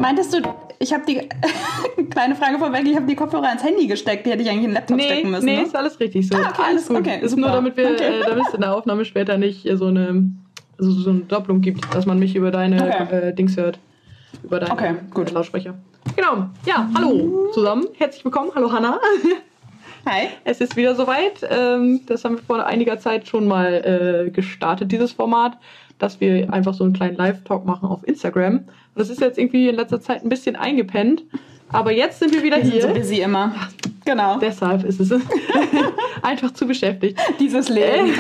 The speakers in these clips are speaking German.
Meintest du, ich habe die, kleine Frage vorweg, ich habe die Kopfhörer ans Handy gesteckt, die hätte ich eigentlich in den Laptop stecken müssen. Nee, ne? ist alles richtig so. Okay, alles gut. Okay, ist nur, damit wir, damit es in der Aufnahme später nicht so eine Doppelung gibt, dass man mich über deine Dings hört. Über deine Lautsprecher. Genau. Ja, hallo zusammen. Herzlich willkommen. Hallo Hannah. Hi. Es ist wieder soweit. Das haben wir vor einiger Zeit schon mal gestartet, dieses Format, dass wir einfach so einen kleinen Live-Talk machen auf Instagram. Und das ist jetzt irgendwie in letzter Zeit ein bisschen eingepennt. Aber jetzt sind wir wieder hier. Wir sind so busy immer. Genau. Deshalb ist es einfach zu beschäftigt. Dieses Leben.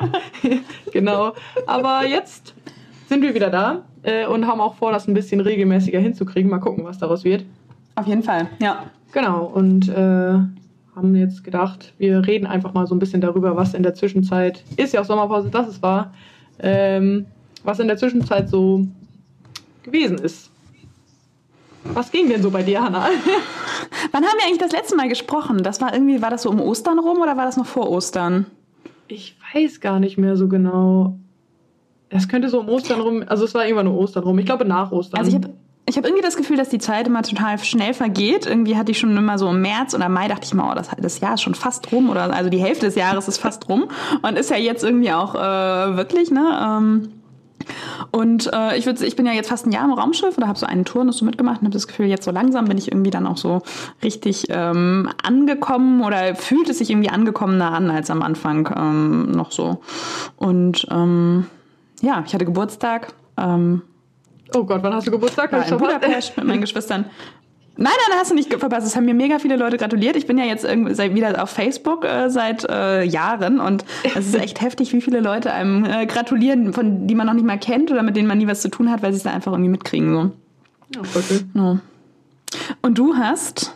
Genau. Aber jetzt sind wir wieder da und haben auch vor, das ein bisschen regelmäßiger hinzukriegen. Mal gucken, was daraus wird. Auf jeden Fall, ja. Genau. Und haben jetzt gedacht, wir reden einfach mal so ein bisschen darüber, was in der Zwischenzeit, ist ja auch Sommerpause, dass es war, was in der Zwischenzeit so gewesen ist. Was ging denn so bei dir, Hannah? Wann haben wir eigentlich das letzte Mal gesprochen? War das so um Ostern rum oder war das noch vor Ostern? Ich weiß gar nicht mehr so genau. Es könnte so um Ostern rum, also es war irgendwann um Ostern rum. Ich glaube nach Ostern. Also ich hab irgendwie das Gefühl, dass die Zeit immer total schnell vergeht. Irgendwie hatte ich schon immer so im März oder Mai, dachte ich mal, das Jahr ist schon fast rum. Also die Hälfte des Jahres ist fast rum. Und ist ja jetzt irgendwie auch wirklich, ne? Und ich bin ja jetzt fast ein Jahr im Raumschiff oder habe so einen Turnus so mitgemacht und habe das Gefühl, jetzt so langsam bin ich irgendwie dann auch so richtig angekommen oder fühlt es sich irgendwie angekommener an als am Anfang noch so. Und ja, ich hatte Geburtstag. Oh Gott, wann hast du Geburtstag? War in Budapest mit meinen Geschwistern. Nein, hast du nicht verpasst. Es haben mir mega viele Leute gratuliert. Ich bin ja jetzt wieder auf Facebook seit Jahren und es ist echt heftig, wie viele Leute einem gratulieren, die man noch nicht mal kennt oder mit denen man nie was zu tun hat, weil sie es da einfach irgendwie mitkriegen. So. Ja, voll cool. Ja. Und du hast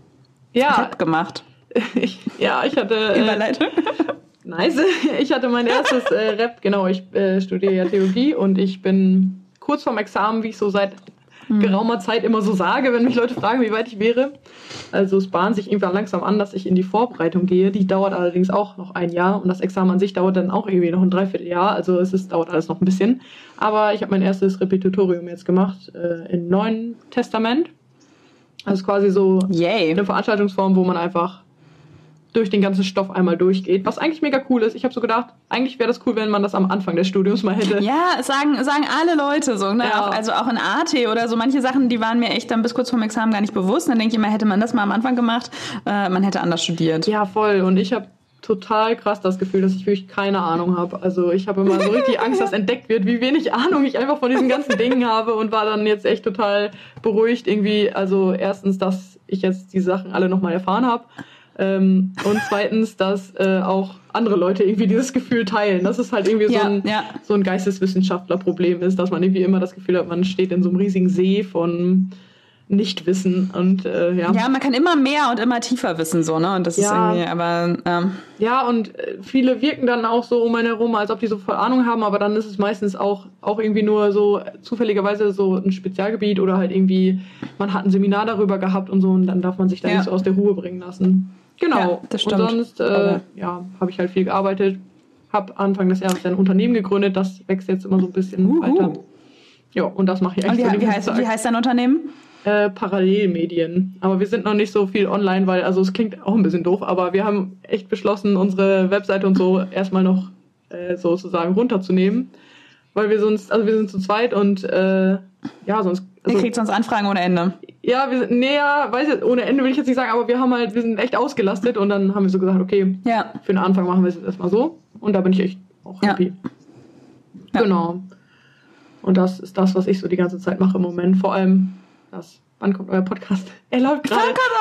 Rap gemacht. Ich hatte... Überleitung. Nice. Ich hatte mein erstes Rap, genau, ich studiere ja Theologie und ich bin kurz vorm Examen, wie ich so seit geraumer Zeit immer so sage, wenn mich Leute fragen, wie weit ich wäre. Also es bahnt sich irgendwann langsam an, dass ich in die Vorbereitung gehe. Die dauert allerdings auch noch ein Jahr und das Examen an sich dauert dann auch irgendwie noch ein Dreivierteljahr. Also dauert alles noch ein bisschen. Aber ich habe mein erstes Repetitorium jetzt gemacht im Neuen Testament. Also quasi so eine Veranstaltungsform, wo man einfach durch den ganzen Stoff einmal durchgeht, was eigentlich mega cool ist. Ich habe so gedacht, eigentlich wäre das cool, wenn man das am Anfang des Studiums mal hätte. Ja, sagen alle Leute so, ne? Ja. Auch in AT oder so. Manche Sachen, die waren mir echt dann bis kurz vorm Examen gar nicht bewusst. Dann denke ich immer, hätte man das mal am Anfang gemacht, man hätte anders studiert. Ja, voll. Und ich habe total krass das Gefühl, dass ich wirklich keine Ahnung habe. Also ich habe immer so richtig Angst, dass entdeckt wird, wie wenig Ahnung ich einfach von diesen ganzen Dingen habe und war dann jetzt echt total beruhigt irgendwie. Also erstens, dass ich jetzt die Sachen alle nochmal erfahren habe. Und zweitens, dass auch andere Leute irgendwie dieses Gefühl teilen. Dass es halt irgendwie so ein Geisteswissenschaftlerproblem ist, dass man irgendwie immer das Gefühl hat, man steht in so einem riesigen See von Nichtwissen. Und Ja, man kann immer mehr und immer tiefer wissen, so, ne? Und das ist irgendwie, aber... Ja, und viele wirken dann auch so um einen herum, als ob die so voll Ahnung haben, aber dann ist es meistens auch irgendwie nur so zufälligerweise so ein Spezialgebiet oder halt irgendwie, man hat ein Seminar darüber gehabt und so und dann darf man sich da nicht so aus der Ruhe bringen lassen. Genau. Ja, das stimmt. Und sonst habe ich halt viel gearbeitet, habe Anfang des Jahres ein Unternehmen gegründet, das wächst jetzt immer so ein bisschen weiter. Ja, und das mache ich eigentlich. Und wie heißt dein Unternehmen? Parallelmedien. Aber wir sind noch nicht so viel online, weil, also es klingt auch ein bisschen doof, aber wir haben echt beschlossen, unsere Webseite und so erstmal noch sozusagen runterzunehmen. Weil wir sonst, also wir sind zu zweit und sonst... Also, ihr kriegt sonst Anfragen ohne Ende. Ja, wir sind ohne Ende will ich jetzt nicht sagen, aber wir sind echt ausgelastet und dann haben wir so gesagt, okay, für den Anfang machen wir es jetzt erstmal so und da bin ich echt auch happy. Ja. Genau. Und das ist das, was ich so die ganze Zeit mache im Moment. Vor allem wann kommt euer Podcast? Er läuft gerade.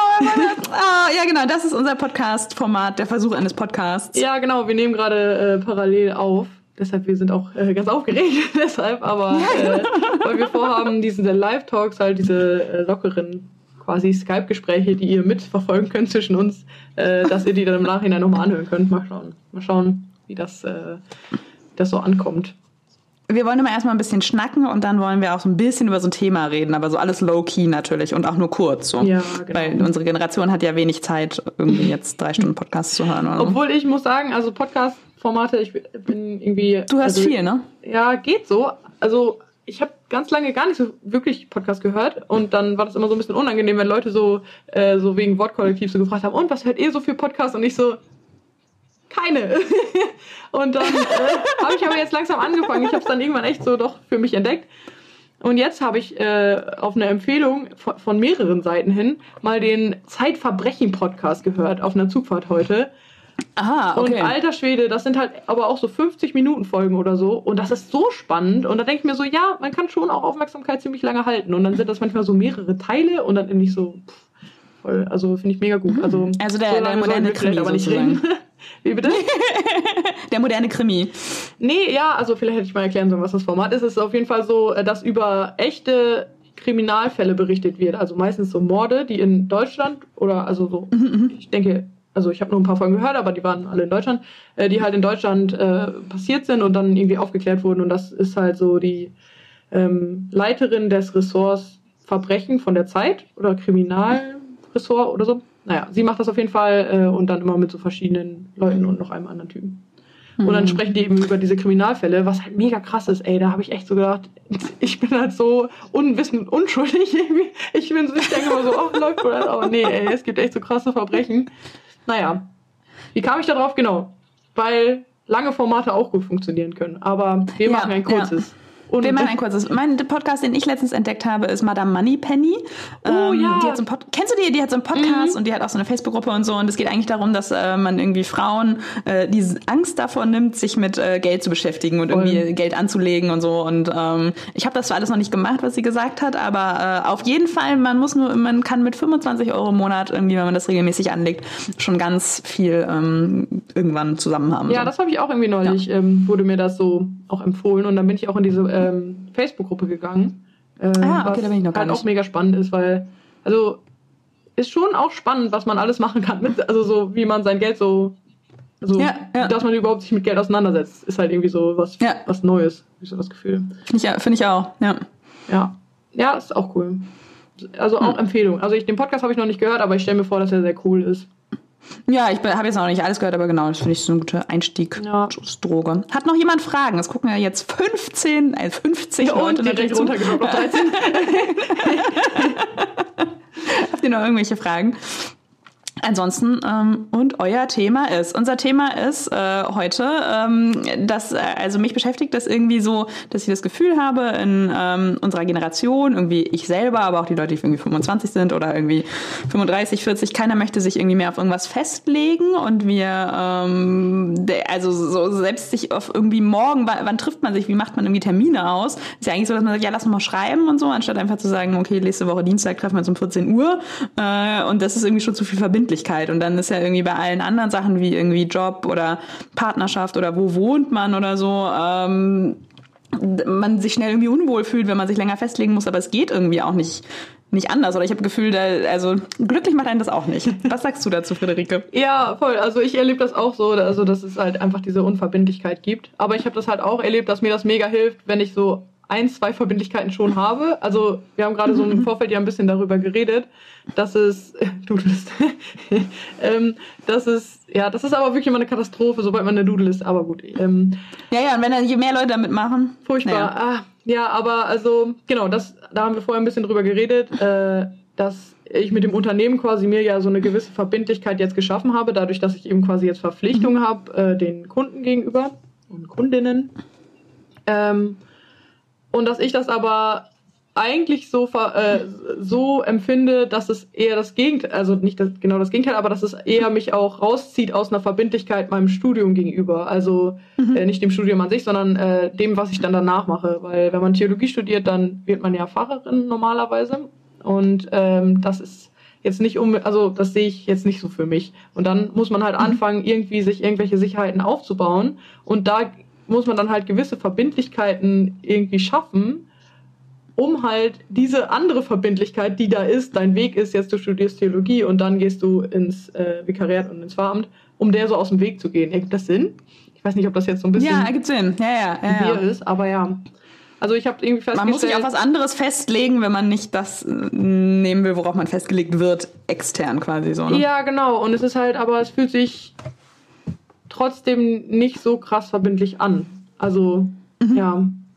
Ja, genau, das ist unser Podcast-Format, der Versuch eines Podcasts. Ja, genau, wir nehmen gerade parallel auf. Deshalb, wir sind auch ganz aufgeregt, aber weil wir vorhaben, diese Live-Talks, halt diese lockeren quasi Skype-Gespräche, die ihr mitverfolgen könnt zwischen uns, dass ihr die dann im Nachhinein nochmal anhören könnt. Mal schauen, wie das so ankommt. Wir wollen immer erstmal ein bisschen schnacken und dann wollen wir auch so ein bisschen über so ein Thema reden, aber so alles low-key natürlich und auch nur kurz. So. Ja, genau. Weil unsere Generation hat ja wenig Zeit, irgendwie jetzt 3 Stunden Podcast zu hören. Oder Obwohl ich muss sagen, also Podcast-Formate, ich bin irgendwie... Du hörst viel, ne? Ja, geht so. Also ich habe ganz lange gar nicht so wirklich Podcast gehört und dann war das immer so ein bisschen unangenehm, wenn Leute so wegen Wortkollektiv so gefragt haben, und was hört ihr so für Podcasts? Und ich so, keine. Und dann habe ich aber jetzt langsam angefangen. Ich habe es dann irgendwann echt so doch für mich entdeckt. Und jetzt habe ich auf eine Empfehlung von mehreren Seiten hin mal den Zeitverbrechen-Podcast gehört auf einer Zugfahrt heute. Ah, okay. Und alter Schwede, das sind halt aber auch so 50-Minuten-Folgen oder so. Und das ist so spannend. Und da denke ich mir so, ja, man kann schon auch Aufmerksamkeit ziemlich lange halten. Und dann sind das manchmal so mehrere Teile und dann nicht so voll. Also finde ich mega gut. Also der moderne Krimi aber nicht reden. Wie bitte? Der moderne Krimi. Nee, ja, also vielleicht hätte ich mal erklären sollen, was das Format ist. Es ist auf jeden Fall so, dass über echte Kriminalfälle berichtet wird. Also meistens so Morde, die in Deutschland oder also so, ich denke, also ich habe nur ein paar Folgen gehört, aber die waren alle in Deutschland, die halt in Deutschland passiert sind und dann irgendwie aufgeklärt wurden. Und das ist halt so die Leiterin des Ressorts Verbrechen von der Zeit oder Kriminalressort oder so. Naja, sie macht das auf jeden Fall und dann immer mit so verschiedenen Leuten und noch einem anderen Typen. Und dann sprechen die eben über diese Kriminalfälle, was halt mega krass ist, ey. Da habe ich echt so gedacht, ich bin halt so unwissend und unschuldig irgendwie. Ich denke immer so, oh, läuft wohl halt. Aber nee, ey, es gibt echt so krasse Verbrechen. Naja, wie kam ich da drauf? Genau, weil lange Formate auch gut funktionieren können. Aber wir machen ein kurzes. Ja. Wir machen ein kurzes. Mein Podcast, den ich letztens entdeckt habe, ist Madame Moneypenny. Oh ja. Die hat so kennst du die? Die hat so einen Podcast und die hat auch so eine Facebook-Gruppe und so. Und es geht eigentlich darum, dass man irgendwie Frauen diese Angst davor nimmt, sich mit Geld zu beschäftigen und irgendwie Geld anzulegen und so. Und ich habe das zwar alles noch nicht gemacht, was sie gesagt hat, aber auf jeden Fall, man kann mit 25 € im Monat irgendwie, wenn man das regelmäßig anlegt, schon ganz viel irgendwann zusammen haben. Ja, so. Das habe ich auch irgendwie neulich, wurde mir das so auch empfohlen und dann bin ich auch in diese Facebook-Gruppe gegangen. Okay, da bin ich noch gar halt nicht. auch mega spannend ist, weil, also, ist schon auch spannend, was man alles machen kann, also so, wie man sein Geld dass man überhaupt sich mit Geld auseinandersetzt, ist halt irgendwie so was Neues, habe ich so das Gefühl. Finde ich auch, ja. Ja, ist auch cool. Also auch Empfehlung. Also den Podcast habe ich noch nicht gehört, aber ich stelle mir vor, dass er sehr cool ist. Ja, ich habe jetzt noch nicht alles gehört, aber genau, das finde ich so eine gute Einstiegsdroge. Hat noch jemand Fragen? Es gucken ja jetzt 50 Leute direkt runtergenommen auf 13. Habt ihr noch irgendwelche Fragen? Ansonsten, und euer Thema ist, unser Thema ist heute, dass, also mich beschäftigt das irgendwie so, dass ich das Gefühl habe, in unserer Generation, irgendwie ich selber, aber auch die Leute, die irgendwie 25 sind oder irgendwie 35, 40, keiner möchte sich irgendwie mehr auf irgendwas festlegen und wir, also so selbst sich auf irgendwie morgen, wann trifft man sich, wie macht man irgendwie Termine aus? Ist ja eigentlich so, dass man sagt, ja, lass uns mal schreiben und so, anstatt einfach zu sagen, okay, nächste Woche Dienstag treffen wir uns um 14 Uhr und das ist irgendwie schon zu viel Verbindlichkeit. Und dann ist ja irgendwie bei allen anderen Sachen wie irgendwie Job oder Partnerschaft oder wo wohnt man oder so, man sich schnell irgendwie unwohl fühlt, wenn man sich länger festlegen muss, aber es geht irgendwie auch nicht anders. Oder ich habe das Gefühl, also glücklich macht einen das auch nicht. Was sagst du dazu, Friederike? Ja, voll. Also ich erlebe das auch so, also dass es halt einfach diese Unverbindlichkeit gibt. Aber ich habe das halt auch erlebt, dass mir das mega hilft, wenn ich so 1, 2 Verbindlichkeiten schon habe. Also wir haben gerade so im Vorfeld ja ein bisschen darüber geredet, dass es, das ist aber wirklich immer eine Katastrophe, sobald man eine Doodle ist, aber gut. Ja, und wenn dann je mehr Leute damit machen. Furchtbar. Ja, aber also, genau, da haben wir vorher ein bisschen drüber geredet, dass ich mit dem Unternehmen quasi mir ja so eine gewisse Verbindlichkeit jetzt geschaffen habe, dadurch, dass ich eben quasi jetzt Verpflichtungen habe, den Kunden gegenüber und Kundinnen. Und dass ich das aber eigentlich so empfinde, dass es eher das Gegenteil, also nicht genau das Gegenteil, aber dass es eher mich auch rauszieht aus einer Verbindlichkeit meinem Studium gegenüber. Also nicht dem Studium an sich, sondern dem, was ich dann danach mache. Weil wenn man Theologie studiert, dann wird man ja Pfarrerin normalerweise. Und das ist jetzt nicht also das sehe ich jetzt nicht so für mich. Und dann muss man halt anfangen, irgendwie sich irgendwelche Sicherheiten aufzubauen. Und da muss man dann halt gewisse Verbindlichkeiten irgendwie schaffen, um halt diese andere Verbindlichkeit, die da ist, dein Weg ist jetzt, du studierst Theologie und dann gehst du ins Vikariat und ins Pfarramt, um der so aus dem Weg zu gehen. Ergibt das Sinn? Ich weiß nicht, ob das jetzt so ein bisschen ergibt Sinn. Ja. ist, aber ja. Also ich habe irgendwie festgestellt... Man muss sich auf was anderes festlegen, wenn man nicht das nehmen will, worauf man festgelegt wird, extern quasi so. Ne? Ja, genau. Und es ist halt, aber es fühlt sich trotzdem nicht so krass verbindlich an. Also, ja.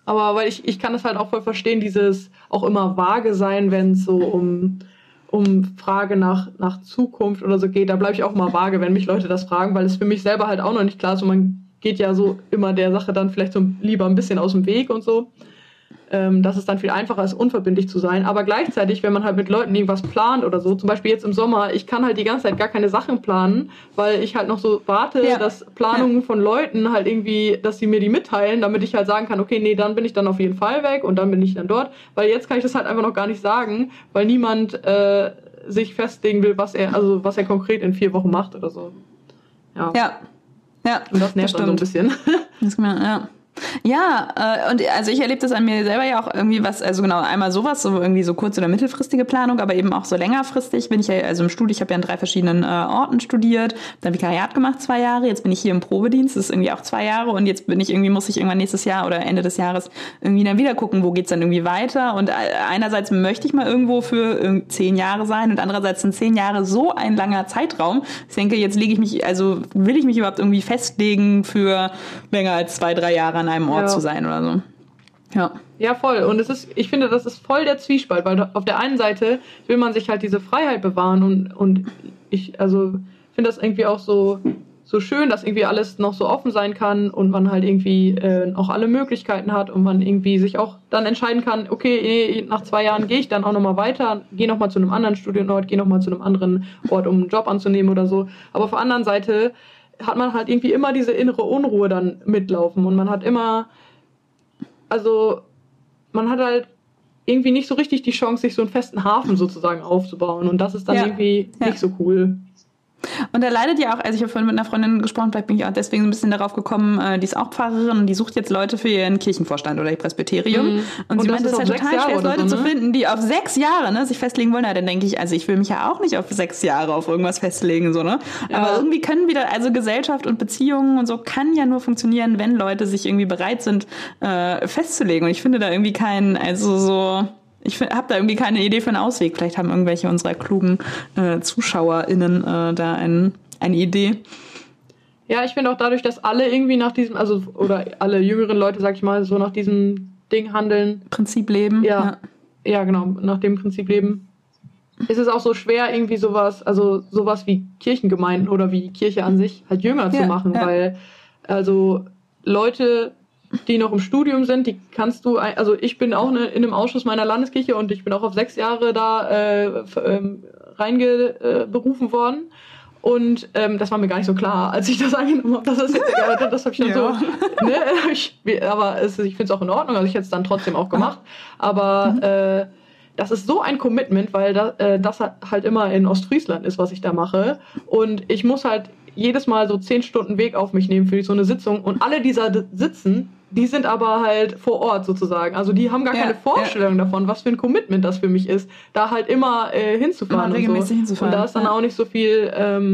Aber weil ich kann das halt auch voll verstehen, dieses auch immer vage sein, wenn es so um Frage nach Zukunft oder so geht. Da bleibe ich auch mal vage, wenn mich Leute das fragen, weil es für mich selber halt auch noch nicht klar ist und man geht ja so immer der Sache dann vielleicht so lieber ein bisschen aus dem Weg und so. Dass es dann viel einfacher ist, unverbindlich zu sein. Aber gleichzeitig, wenn man halt mit Leuten irgendwas plant oder so, zum Beispiel jetzt im Sommer, ich kann halt die ganze Zeit gar keine Sachen planen, weil ich halt noch so warte, dass Planungen von Leuten halt irgendwie, dass sie mir die mitteilen, damit ich halt sagen kann, okay, nee, dann bin ich dann auf jeden Fall weg und dann bin ich dann dort. Weil jetzt kann ich das halt einfach noch gar nicht sagen, weil niemand sich festlegen will, was er konkret in 4 Wochen macht oder so. Ja. Und das nervt dann so ein bisschen. Das kann man, und also ich erlebe das an mir selber ja auch irgendwie also genau, einmal sowas, so irgendwie so kurz- oder mittelfristige Planung, aber eben auch so längerfristig bin ich ja, also im Studium, ich habe ja an 3 verschiedenen Orten studiert, dann Vikariat gemacht 2 Jahre, jetzt bin ich hier im Probedienst, das ist irgendwie auch 2 Jahre und jetzt muss ich irgendwann nächstes Jahr oder Ende des Jahres irgendwie dann wieder gucken, wo geht's dann irgendwie weiter und einerseits möchte ich mal irgendwo für 10 Jahre sein und andererseits sind 10 Jahre so ein langer Zeitraum. Ich denke, jetzt will ich mich überhaupt irgendwie festlegen für länger als 2, 3 Jahre an einem Ort zu sein oder so. Ja, voll. Und ich finde, das ist voll der Zwiespalt, weil auf der einen Seite will man sich halt diese Freiheit bewahren und ich finde das irgendwie auch so schön, dass irgendwie alles noch so offen sein kann und man halt irgendwie auch alle Möglichkeiten hat und man irgendwie sich auch dann entscheiden kann, okay, nach 2 Jahren gehe ich dann auch nochmal weiter, gehe nochmal zu einem anderen Studienort, gehe nochmal zu einem anderen Ort, um einen Job anzunehmen oder so. Aber auf der anderen Seite hat man halt irgendwie immer diese innere Unruhe dann mitlaufen und man hat halt irgendwie nicht so richtig die Chance, sich so einen festen Hafen sozusagen aufzubauen und das ist dann irgendwie nicht so cool. Und da leidet ja auch, also ich habe vorhin mit einer Freundin gesprochen, vielleicht bin ich auch deswegen ein bisschen darauf gekommen, die ist auch Pfarrerin und die sucht jetzt Leute für ihren Kirchenvorstand oder ihr Presbyterium. Und sie meint, es ist halt total schwer, Leute zu finden, die auf 6 Jahre sich festlegen wollen. Ja, dann denke ich, also ich will mich ja auch nicht auf 6 Jahre auf irgendwas festlegen, so, ne? Aber irgendwie können also Gesellschaft und Beziehungen und so kann ja nur funktionieren, wenn Leute sich irgendwie bereit sind, festzulegen. Und ich finde da irgendwie ich habe da irgendwie keine Idee für einen Ausweg. Vielleicht haben irgendwelche unserer klugen ZuschauerInnen da eine Idee. Ja, ich finde auch dadurch, dass alle irgendwie nach diesem, oder alle jüngeren Leute, sag ich mal, so nach diesem Ding handeln. Prinzip leben. Ja, genau, nach dem Prinzip leben. Ist es auch so schwer, irgendwie sowas wie Kirchengemeinden oder wie Kirche an sich halt jünger zu machen, weil Leute, die noch im Studium sind, die kannst du, ich bin auch in einem Ausschuss meiner Landeskirche und ich bin auch auf 6 Jahre da reingeberufen worden und das war mir gar nicht so klar, als ich das angenommen habe, dass das jetzt das habe ich dann so, ne? Aber ich finde es auch in Ordnung, also ich hätte es dann trotzdem auch gemacht, aber das ist so ein Commitment, weil das halt immer in Ostfriesland ist, was ich da mache und ich muss halt jedes Mal so 10 Stunden Weg auf mich nehmen für so eine Sitzung und alle, die da sitzen, die sind aber halt vor Ort sozusagen. Also die haben gar keine Vorstellung davon, was für ein Commitment das für mich ist, da halt immer hinzufahren. Regelmäßig hinzufahren. Und da ist dann auch nicht so viel,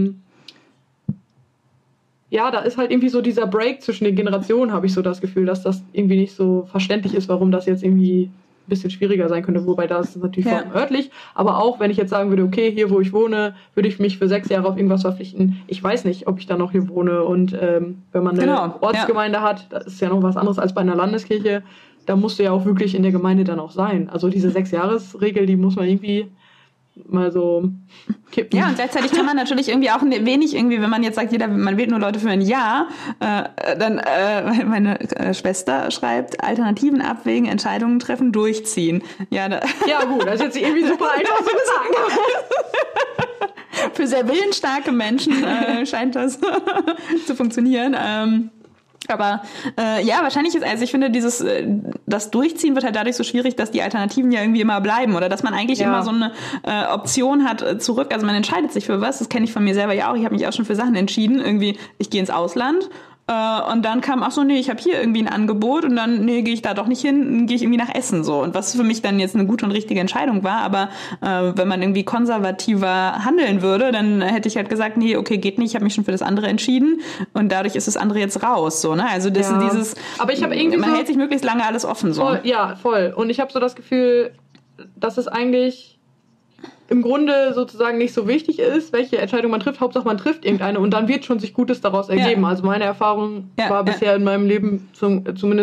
da ist halt irgendwie so dieser Break zwischen den Generationen, habe ich so das Gefühl, dass das irgendwie nicht so verständlich ist, warum das jetzt irgendwie ein bisschen schwieriger sein könnte, wobei das ist natürlich voll örtlich, aber auch wenn ich jetzt sagen würde, okay, hier wo ich wohne, würde ich mich für 6 Jahre auf irgendwas verpflichten. Ich weiß nicht, ob ich dann noch hier wohne und wenn man eine Ortsgemeinde hat, das ist ja noch was anderes als bei einer Landeskirche, da musst du ja auch wirklich in der Gemeinde dann auch sein. Also diese 6-Jahres-Regel, die muss man irgendwie mal so kippen. Ja, und gleichzeitig kann man natürlich irgendwie auch wenig irgendwie, wenn man jetzt sagt, man wählt nur Leute für ein Jahr, dann meine Schwester schreibt, Alternativen abwägen, Entscheidungen treffen, durchziehen. Ja, gut, das ist jetzt irgendwie super einfach zu sagen. Für sehr willensstarke Menschen scheint das zu funktionieren. Aber wahrscheinlich ich finde, das Durchziehen wird halt dadurch so schwierig, dass die Alternativen ja irgendwie immer bleiben oder dass man eigentlich immer so eine Option hat zurück. Also man entscheidet sich für was, das kenne ich von mir selber ja auch. Ich habe mich auch schon für Sachen entschieden. Irgendwie, ich gehe ins Ausland. Und dann kam auch so, ich habe hier irgendwie ein Angebot und dann, gehe ich da doch nicht hin, gehe ich irgendwie nach Essen so. Und was für mich dann jetzt eine gute und richtige Entscheidung war, aber wenn man irgendwie konservativer handeln würde, dann hätte ich halt gesagt, okay, geht nicht, ich habe mich schon für das andere entschieden und dadurch ist das andere jetzt raus, so, ne? Also das ist dieses, aber ich habe irgendwie man hält sich möglichst lange alles offen, so. Voll, ja, voll. Und ich habe so das Gefühl, dass es eigentlich im Grunde sozusagen nicht so wichtig ist, welche Entscheidung man trifft. Hauptsache man trifft irgendeine und dann wird schon sich Gutes daraus ergeben. Also meine Erfahrung war bisher in meinem Leben zumindest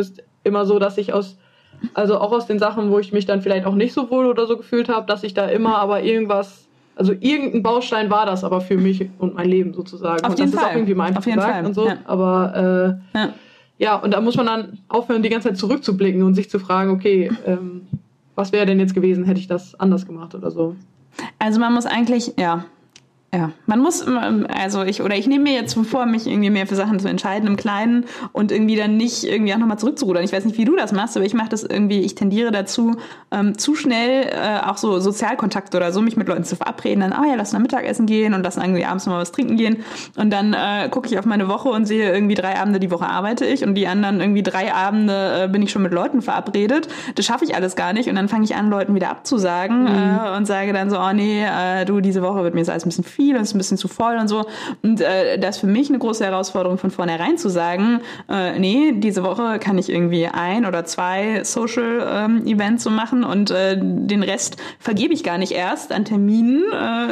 immer so, dass ich also auch aus den Sachen, wo ich mich dann vielleicht auch nicht so wohl oder so gefühlt habe, dass ich da immer aber irgendein Baustein war das aber für mich und mein Leben sozusagen. Auf jeden das Fall. ist auch irgendwie mal einfach Auf jeden gesagt Fall. und so. Ja. Aber ja, und da muss man dann aufhören, die ganze Zeit zurückzublicken und sich zu fragen, okay, was wäre denn jetzt gewesen, hätte ich das anders gemacht oder so. Also man muss eigentlich, man muss, ich nehme mir jetzt vor, mich irgendwie mehr für Sachen zu entscheiden im Kleinen und irgendwie dann nicht irgendwie auch nochmal zurückzurudern. Ich weiß nicht, wie du das machst, aber ich mache das irgendwie, ich tendiere dazu, zu schnell auch so Sozialkontakt oder so, mich mit Leuten zu verabreden, dann, lass mal Mittagessen gehen und lass irgendwie abends noch mal was trinken gehen und dann gucke ich auf meine Woche und sehe irgendwie 3 Abende die Woche arbeite ich und die anderen irgendwie 3 Abende bin ich schon mit Leuten verabredet. Das schaffe ich alles gar nicht und dann fange ich an, Leuten wieder abzusagen und sage dann so, du, diese Woche wird mir jetzt alles ein bisschen viel und ist ein bisschen zu voll und so. Und das ist für mich eine große Herausforderung, von vornherein zu sagen, diese Woche kann ich irgendwie 1 oder 2 Social-Events so machen und den Rest vergebe ich gar nicht erst an Terminen,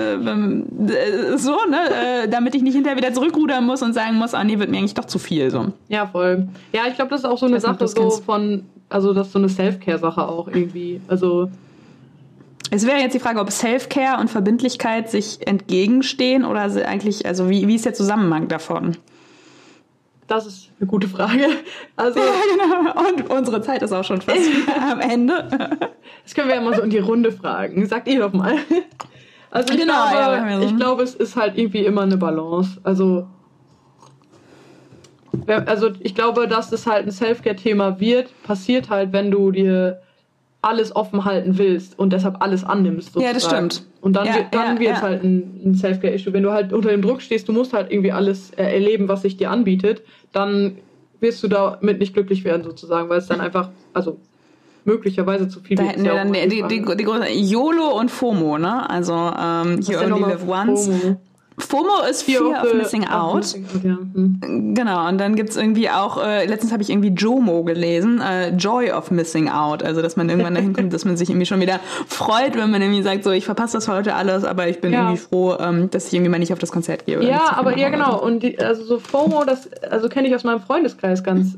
damit ich nicht hinterher wieder zurückrudern muss und sagen muss, wird mir eigentlich doch zu viel. So. Ja, voll. Ja, ich glaube, das ist auch so eine Sache das ist so eine Self-Care-Sache auch irgendwie. Also es wäre jetzt die Frage, ob Self-Care und Verbindlichkeit sich entgegenstehen oder eigentlich, also wie ist der Zusammenhang davon? Das ist eine gute Frage. Also, ja, genau. Und unsere Zeit ist auch schon fast am Ende. Das können wir ja mal so in die Runde fragen. Sagt ihr doch mal. Also ich glaube, es ist halt irgendwie immer eine Balance. Also ich glaube, dass es halt ein Self-Care-Thema passiert halt, wenn du dir alles offen halten willst und deshalb alles annimmst. Sozusagen. Ja, das stimmt. Und dann wird es halt ein Self-Care-Issue. Wenn du halt unter dem Druck stehst, du musst halt irgendwie alles erleben, was sich dir anbietet, dann wirst du damit nicht glücklich werden sozusagen, weil es dann einfach, möglicherweise zu viel wird. Da hätten wir dann die große YOLO und FOMO, ne? Also You Only Live Once. FOMO ist Fear of Missing Out. Genau, und dann gibt's irgendwie auch, letztens habe ich irgendwie JOMO gelesen, Joy of Missing Out. Also, dass man irgendwann dahin kommt, dass man sich irgendwie schon wieder freut, wenn man irgendwie sagt, so, ich verpasse das heute alles, aber ich bin irgendwie froh, dass ich irgendwie mal nicht auf das Konzert gehe. Oder aber genau. So. Und so FOMO, das kenne ich aus meinem Freundeskreis ganz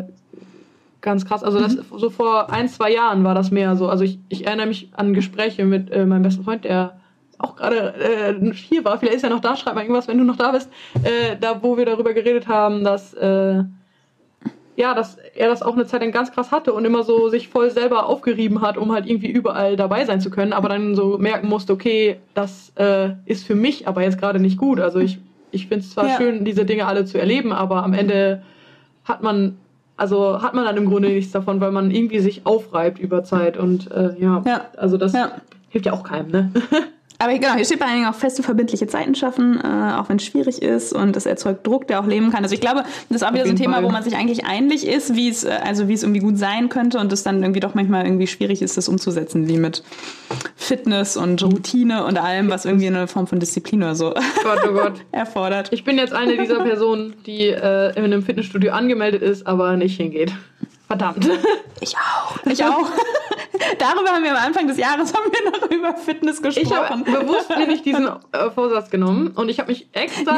krass. Also das so vor 1-2 Jahren war das mehr so. Also ich erinnere mich an Gespräche mit meinem besten Freund, der auch gerade hier war, vielleicht ist er noch da, schreib mal irgendwas, wenn du noch da bist, da wo wir darüber geredet haben, dass er das auch eine Zeit lang ganz krass hatte und immer so sich voll selber aufgerieben hat, um halt irgendwie überall dabei sein zu können, aber dann so merken musste, okay, das ist für mich aber jetzt gerade nicht gut. Also ich finde es zwar schön, diese Dinge alle zu erleben, aber am Ende hat man dann im Grunde nichts davon, weil man irgendwie sich aufreibt über Zeit und also das hilft ja auch keinem, ne? Aber genau, hier steht bei allen Dingen auch feste, verbindliche Zeiten schaffen, auch wenn es schwierig ist und es erzeugt Druck, der auch leben kann. Also ich glaube, das ist auch wieder so ein Thema, wo man sich eigentlich einig ist, wie es irgendwie gut sein könnte und es dann irgendwie doch manchmal irgendwie schwierig ist, das umzusetzen, wie mit Fitness und Routine und allem, was irgendwie eine Form von Disziplin oder so Gott. erfordert. Ich bin jetzt eine dieser Personen, die in einem Fitnessstudio angemeldet ist, aber nicht hingeht. Verdammt. Ich auch. Darüber haben wir am Anfang des Jahres noch über Fitness gesprochen. Ich habe bewusst mir nicht diesen Vorsatz genommen und ich habe mich extra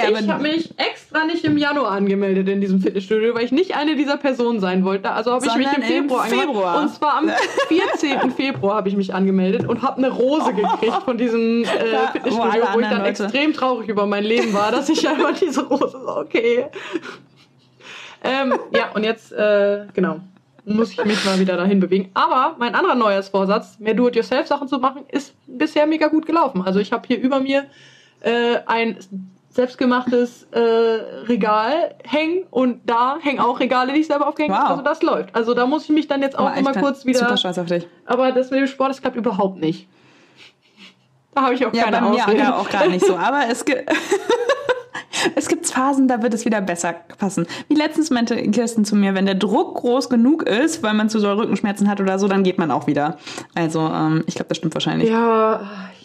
nicht im Januar angemeldet in diesem Fitnessstudio, weil ich nicht eine dieser Personen sein wollte. Also habe ich mich im Februar angemeldet. Und zwar am 14. Februar habe ich mich angemeldet und habe eine Rose gekriegt von diesem Fitnessstudio, wo ich dann extrem traurig über mein Leben war, dass ich einfach diese Rose so, okay. Und jetzt, muss ich mich mal wieder dahin bewegen. Aber mein anderer Neujahrsvorsatz, mehr Do-it-yourself-Sachen zu machen, ist bisher mega gut gelaufen. Also ich habe hier über mir ein selbstgemachtes Regal hängen und da hängen auch Regale, die ich selber aufgehängt habe. Also das läuft. Also da muss ich mich dann jetzt auch immer kurz wieder... Super stolz auf dich. Aber das mit dem Sport, das klappt überhaupt nicht. Da habe ich auch keine Ausrede. Ja, auch gerade nicht so. Aber es gibt Phasen, da wird es wieder besser passen. Wie letztens meinte Kirsten zu mir, wenn der Druck groß genug ist, weil man zu doll Rückenschmerzen hat oder so, dann geht man auch wieder. Also, ich glaube, das stimmt wahrscheinlich. Ja,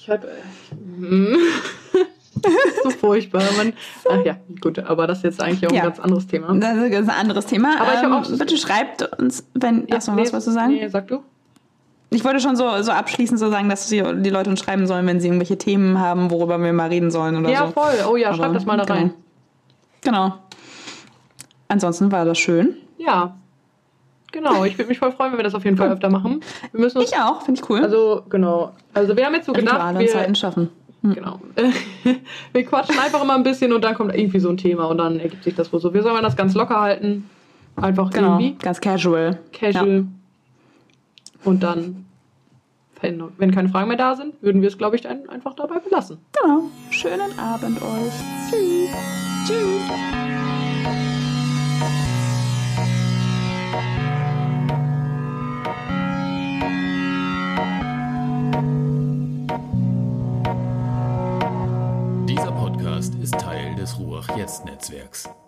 so furchtbar. Gut, aber das ist jetzt eigentlich auch ein ganz anderes Thema. Das ist ein anderes Thema. Aber ich auch bitte schreibt uns, wenn... was wolltest du sagen? Nee, sag du. Ich wollte schon so abschließend so sagen, dass die Leute uns schreiben sollen, wenn sie irgendwelche Themen haben, worüber wir mal reden sollen oder so. Ja, voll. Oh ja, schreibt das mal da rein. Genau. Ansonsten war das schön. Ja. Genau, ich würde mich voll freuen, wenn wir das auf jeden Fall öfter machen. Wir müssen uns, Ich auch, finde ich cool. Also, genau. Also, wir haben jetzt so gedacht, Rituale und Zeiten schaffen. Genau. Wir quatschen einfach immer ein bisschen und dann kommt irgendwie so ein Thema und dann ergibt sich das wohl so. Wir sollen das ganz locker halten. Einfach irgendwie. Ganz casual. Casual. Ja. Und dann, wenn keine Fragen mehr da sind, würden wir es, glaube ich, dann einfach dabei belassen. Genau. Schönen Abend euch. Tschüss. Tschüss. Dieser Podcast ist Teil des Ruach-Jetzt-Netzwerks.